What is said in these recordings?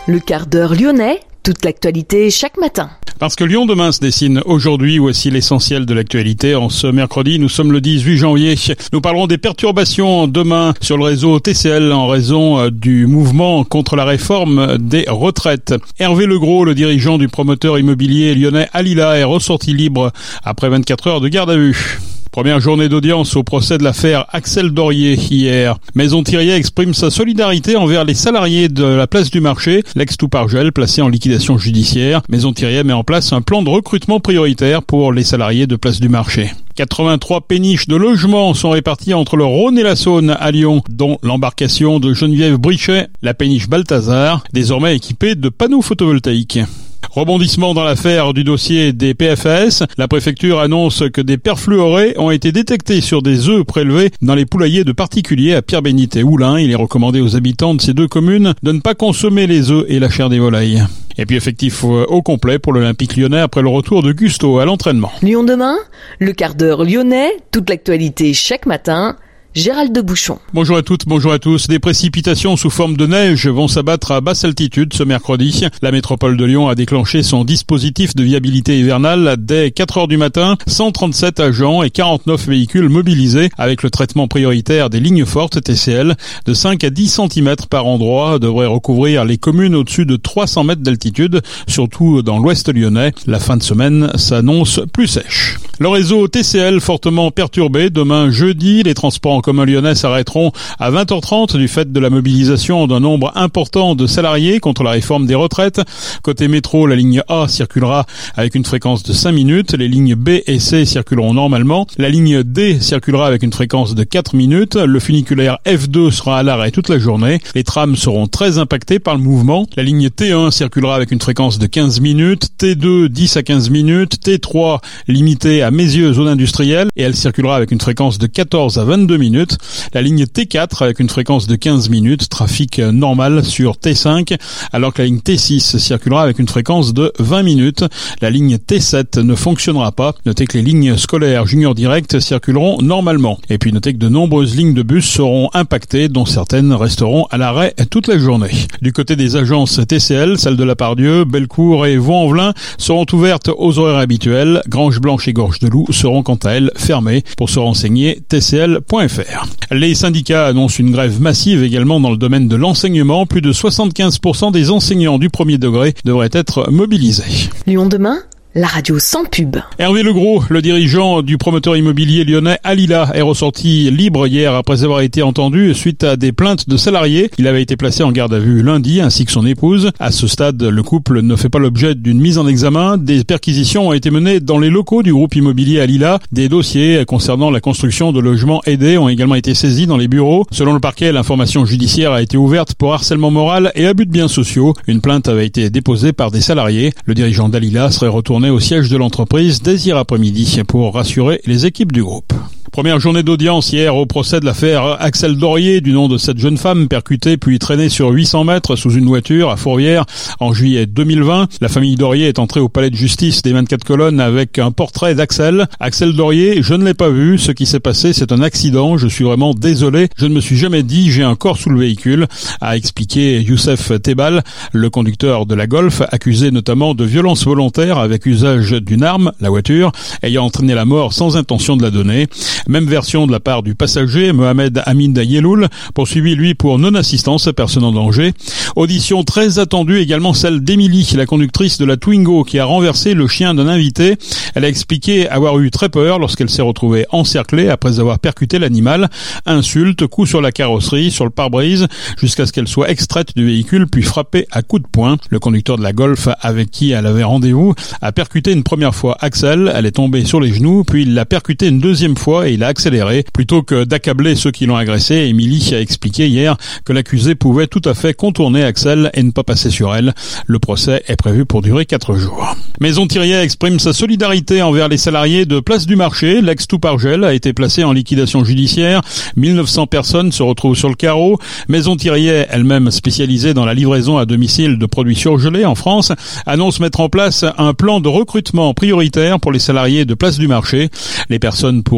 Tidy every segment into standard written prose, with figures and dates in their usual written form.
Le quart d'heure lyonnais, toute l'actualité chaque matin. Parce que Lyon demain se dessine aujourd'hui, voici l'essentiel de l'actualité. En ce mercredi, nous sommes le 18 janvier. Nous parlerons des perturbations demain sur le réseau TCL en raison du mouvement contre la réforme des retraites. Hervé Legros, le dirigeant du promoteur immobilier lyonnais Alila, est ressorti libre après 24 heures de garde à vue. Première journée d'audience au procès de l'affaire Axel Dorier hier. Maison Thiriet exprime sa solidarité envers les salariés de la place du marché, l'ex-Toupargel placé en liquidation judiciaire. Maison Thiriet met en place un plan de recrutement prioritaire pour les salariés de place du marché. 83 péniches de logements sont réparties entre le Rhône et la Saône à Lyon, dont l'embarcation de Geneviève Brichet, la péniche Balthazar, désormais équipée de panneaux photovoltaïques. Rebondissement dans l'affaire du dossier des PFAS. La préfecture annonce que des perfluorés ont été détectés sur des œufs prélevés dans les poulaillers de particuliers à Pierre-Bénite et Oulin. Il est recommandé aux habitants de ces deux communes de ne pas consommer les œufs et la chair des volailles. Et puis effectif au complet pour l'Olympique lyonnais après le retour de Gusto à l'entraînement. Lyon demain, le quart d'heure lyonnais, toute l'actualité chaque matin. Gérald de Bouchon. Bonjour à toutes, bonjour à tous. Des précipitations sous forme de neige vont s'abattre à basse altitude ce mercredi. La métropole de Lyon a déclenché son dispositif de viabilité hivernale dès 4 heures du matin. 137 agents et 49 véhicules mobilisés avec le traitement prioritaire des lignes fortes TCL de 5 à 10 cm par endroit devraient recouvrir les communes au-dessus de 300 mètres d'altitude, surtout dans l'ouest lyonnais. La fin de semaine s'annonce plus sèche. Le réseau TCL fortement perturbé. Demain jeudi, les transports en commun lyonnais s'arrêteront à 20h30 du fait de la mobilisation d'un nombre important de salariés contre la réforme des retraites. Côté métro, la ligne A circulera avec une fréquence de 5 minutes. Les lignes B et C circuleront normalement. La ligne D circulera avec une fréquence de 4 minutes. Le funiculaire F2 sera à l'arrêt toute la journée. Les trams seront très impactés par le mouvement. La ligne T1 circulera avec une fréquence de 15 minutes. T2, 10 à 15 minutes. T3, limitée à Mézieux, zone industrielle. Et elle circulera avec une fréquence de 14 à 22 minutes. La ligne T4 avec une fréquence de 15 minutes, trafic normal sur T5, alors que la ligne T6 circulera avec une fréquence de 20 minutes. La ligne T7 ne fonctionnera pas. Notez que les lignes scolaires Junior Direct circuleront normalement. Et puis notez que de nombreuses lignes de bus seront impactées, dont certaines resteront à l'arrêt toute la journée. Du côté des agences TCL, celles de La Part-Dieu, Bellecour et Vaux-en-Velin seront ouvertes aux horaires habituels. Grange-Blanche et Gorge-de-Loup seront quant à elles fermées. Pour se renseigner, tcl.fr. Les syndicats annoncent une grève massive également dans le domaine de l'enseignement. Plus de 75% des enseignants du premier degré devraient être mobilisés. Lyon demain, la radio sans pub. Hervé Legros, le dirigeant du promoteur immobilier lyonnais Alila, est ressorti libre hier après avoir été entendu suite à des plaintes de salariés. Il avait été placé en garde à vue lundi ainsi que son épouse. À ce stade, le couple ne fait pas l'objet d'une mise en examen. Des perquisitions ont été menées dans les locaux du groupe immobilier Alila. Des dossiers concernant la construction de logements aidés ont également été saisis dans les bureaux. Selon le parquet, l'information judiciaire a été ouverte pour harcèlement moral et abus de biens sociaux. Une plainte avait été déposée par des salariés. Le dirigeant d'Alila serait retourné au siège de l'entreprise dès hier après-midi pour rassurer les équipes du groupe. Première journée d'audience hier au procès de l'affaire Axel Dorier, du nom de cette jeune femme percutée puis traînée sur 800 mètres sous une voiture à Fourvière en juillet 2020. La famille Dorier est entrée au palais de justice des 24 colonnes avec un portrait d'Axel. Axel Dorier, je ne l'ai pas vu. Ce qui s'est passé, c'est un accident. Je suis vraiment désolé. Je ne me suis jamais dit j'ai un corps sous le véhicule, a expliqué Youssef Tebal, le conducteur de la Golf, accusé notamment de violence volontaire avec usage d'une arme, la voiture, ayant entraîné la mort sans intention de la donner. Même version de la part du passager, Mohamed Hamid Yeloul, poursuivi lui pour non-assistance à personne en danger. Audition très attendue également celle d'Émilie, la conductrice de la Twingo qui a renversé le chien d'un invité. Elle a expliqué avoir eu très peur lorsqu'elle s'est retrouvée encerclée après avoir percuté l'animal. Insultes, coups sur la carrosserie, sur le pare-brise, jusqu'à ce qu'elle soit extraite du véhicule puis frappée à coups de poing. Le conducteur de la Golf avec qui elle avait rendez-vous a percuté une première fois Axel. Elle est tombée sur les genoux, puis il l'a percuté une deuxième fois et il a accéléré. Plutôt que d'accabler ceux qui l'ont agressé, Émilie a expliqué hier que l'accusé pouvait tout à fait contourner Axel et ne pas passer sur elle. Le procès est prévu pour durer 4 jours. Maison Thiriet exprime sa solidarité envers les salariés de Place du Marché. L'ex-Toupargel a été placé en liquidation judiciaire. 1900 personnes se retrouvent sur le carreau. Maison Thiriet, elle-même spécialisée dans la livraison à domicile de produits surgelés en France, annonce mettre en place un plan de recrutement prioritaire pour les salariés de Place du Marché. Les personnes pourront proposer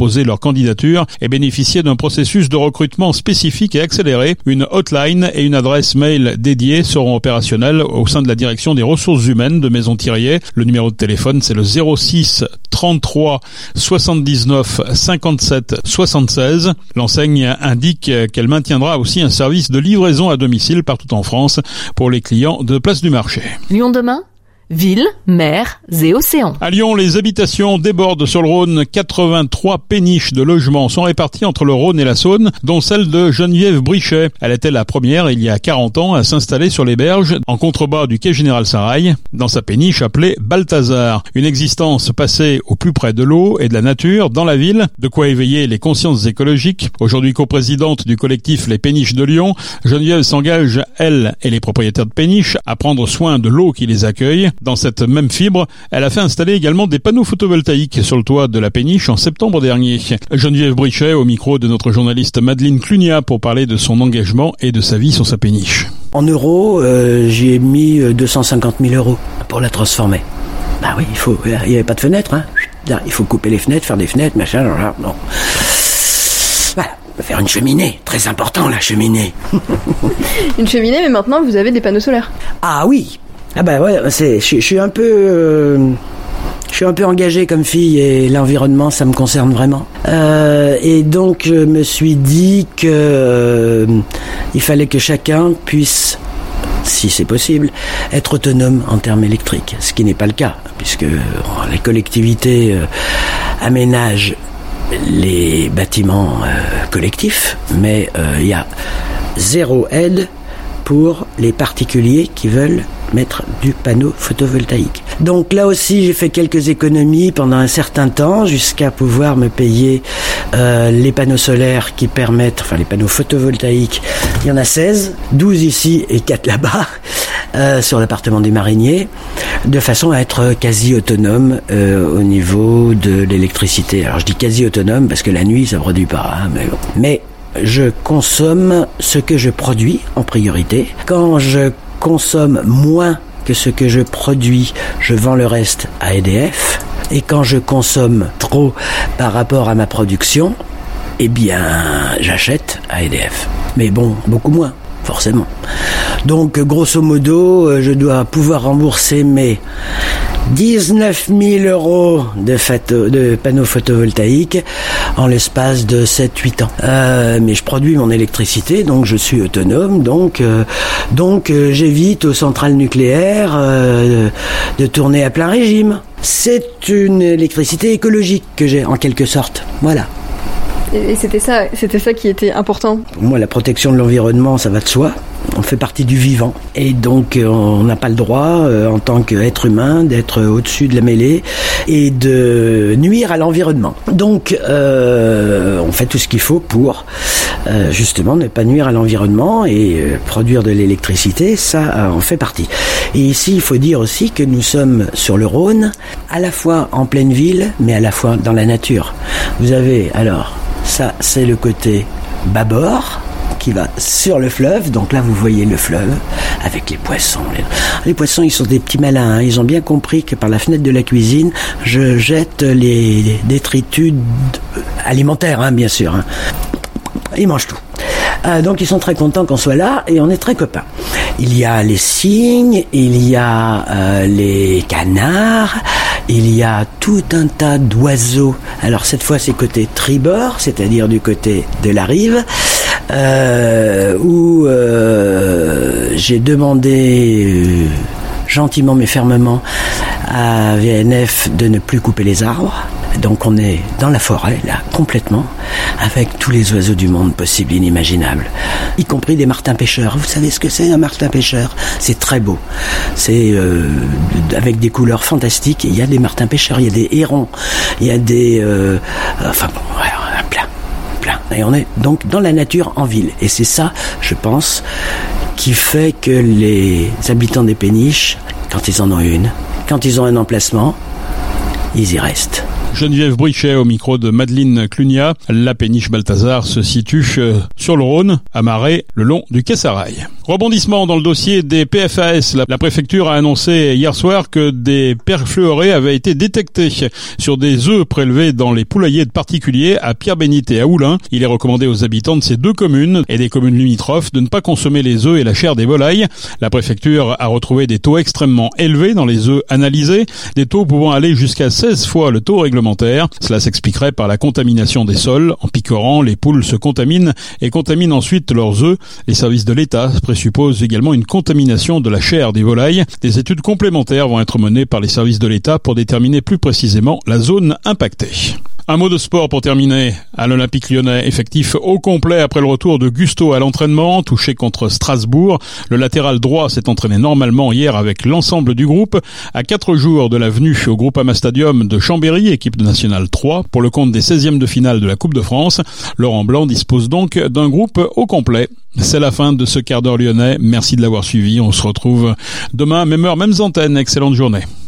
déposer leur candidature et bénéficier d'un processus de recrutement spécifique et accéléré. Une hotline et une adresse mail dédiée seront opérationnelles au sein de la direction des ressources humaines de Maison-Thirier. Le numéro de téléphone, c'est le 06 33 79 57 76. L'enseigne indique qu'elle maintiendra aussi un service de livraison à domicile partout en France pour les clients de Place du Marché. Lyon demain ? Ville, mer et océan. À Lyon, les habitations débordent sur le Rhône. 83 péniches de logements sont réparties entre le Rhône et la Saône, dont celle de Geneviève Brichet. Elle était la première, il y a 40 ans, à s'installer sur les berges, en contrebas du quai Général Saint-Rail, dans sa péniche appelée Balthazar. Une existence passée au plus près de l'eau et de la nature, dans la ville, de quoi éveiller les consciences écologiques. Aujourd'hui coprésidente du collectif Les Péniches de Lyon, Geneviève s'engage, elle et les propriétaires de péniches, à prendre soin de l'eau qui les accueille. Dans cette même fibre, elle a fait installer également des panneaux photovoltaïques sur le toit de la péniche en septembre dernier. Geneviève Brichet au micro de notre journaliste Madeleine Clunia pour parler de son engagement et de sa vie sur sa péniche. En euros, j'y ai mis 250 000 euros pour la transformer. Bah oui, il n'y avait pas de fenêtre, hein. Il faut couper les fenêtres, faire des fenêtres, machin, non. Voilà, faire une cheminée, très important la cheminée. Une cheminée, mais maintenant vous avez des panneaux solaires. Ah oui. Ah bah ouais, je suis un peu engagé comme fille et l'environnement, ça me concerne vraiment. Et donc je me suis dit que il fallait que chacun puisse, si c'est possible, être autonome en termes électriques, ce qui n'est pas le cas, puisque les collectivités aménagent les bâtiments collectifs, mais il y a zéro aide pour les particuliers qui veulent mettre du panneau photovoltaïque. Donc là aussi, j'ai fait quelques économies pendant un certain temps jusqu'à pouvoir me payer les panneaux solaires qui permettent, enfin les panneaux photovoltaïques, il y en a 16, 12 ici et 4 là-bas, sur l'appartement des Mariniers, de façon à être quasi autonome au niveau de l'électricité. Alors je dis quasi autonome parce que la nuit, ça ne produit pas, hein, mais bon. Mais je consomme ce que je produis en priorité. Quand je consomme moins que ce que je produis, je vends le reste à EDF. Et quand je consomme trop par rapport à ma production, eh bien, j'achète à EDF. Mais bon, beaucoup moins, forcément. Donc, grosso modo, je dois pouvoir rembourser mes 19 000 euros de panneaux photovoltaïques en l'espace de 7-8 ans. Mais je produis mon électricité, donc je suis autonome, donc j'évite aux centrales nucléaires de tourner à plein régime. C'est une électricité écologique que j'ai, en quelque sorte. Voilà. Et c'était ça qui était important. Pour moi, la protection de l'environnement, ça va de soi. On fait partie du vivant. Et donc, on n'a pas le droit, en tant qu'être humain, d'être au-dessus de la mêlée et de nuire à l'environnement. Donc, on fait tout ce qu'il faut pour, justement, ne pas nuire à l'environnement et produire de l'électricité, ça en fait partie. Et ici, il faut dire aussi que nous sommes sur le Rhône, à la fois en pleine ville, mais à la fois dans la nature. Vous avez, alors, ça, c'est le côté bâbord, qui va sur le fleuve. Donc là, vous voyez le fleuve avec les poissons. Les poissons, ils sont des petits malins. Hein. Ils ont bien compris que par la fenêtre de la cuisine, je jette les détritus alimentaires, hein, bien sûr. Hein. Ils mangent tout. Donc ils sont très contents qu'on soit là et on est très copains. Il y a les cygnes, il y a les canards, il y a tout un tas d'oiseaux. Alors cette fois c'est côté tribord, c'est-à-dire du côté de la rive, où j'ai demandé gentiment mais fermement à VNF de ne plus couper les arbres. Donc on est dans la forêt, là, complètement, avec tous les oiseaux du monde possible, inimaginables, y compris des martins pêcheurs. Vous savez ce que c'est un martin pêcheur ? C'est très beau. C'est avec des couleurs fantastiques. Il y a des martins pêcheurs, il y a des hérons, il y a des... enfin bon, voilà, plein. Et on est donc dans la nature en ville. Et c'est ça, je pense, qui fait que les habitants des péniches, quand ils en ont une, quand ils ont un emplacement, ils y restent. Geneviève Brichet au micro de Madeleine Clunia. La péniche Balthazar se situe sur le Rhône, à Marais, le long du quai Sarail. Rebondissement dans le dossier des PFAS. La préfecture a annoncé hier soir que des perfluorés avaient été détectés sur des œufs prélevés dans les poulaillers de particuliers à Pierre-Bénite et à Oulin. Il est recommandé aux habitants de ces deux communes et des communes limitrophes de ne pas consommer les œufs et la chair des volailles. La préfecture a retrouvé des taux extrêmement élevés dans les œufs analysés, des taux pouvant aller jusqu'à 16 fois le taux réglementaire. Cela s'expliquerait par la contamination des sols. En picorant, les poules se contaminent et contaminent ensuite leurs œufs. Les services de l'État présupposent également une contamination de la chair des volailles. Des études complémentaires vont être menées par les services de l'État pour déterminer plus précisément la zone impactée. Un mot de sport pour terminer. À l'Olympique Lyonnais, effectif au complet après le retour de Gusto à l'entraînement, touché contre Strasbourg. Le latéral droit s'est entraîné normalement hier avec l'ensemble du groupe. À 4 jours de la venue au Groupama Stadium de Chambéry, équipe nationale 3, pour le compte des 16e de finale de la Coupe de France. Laurent Blanc dispose donc d'un groupe au complet. C'est la fin de ce quart d'heure lyonnais. Merci de l'avoir suivi. On se retrouve demain, même heure, mêmes antennes. Excellente journée.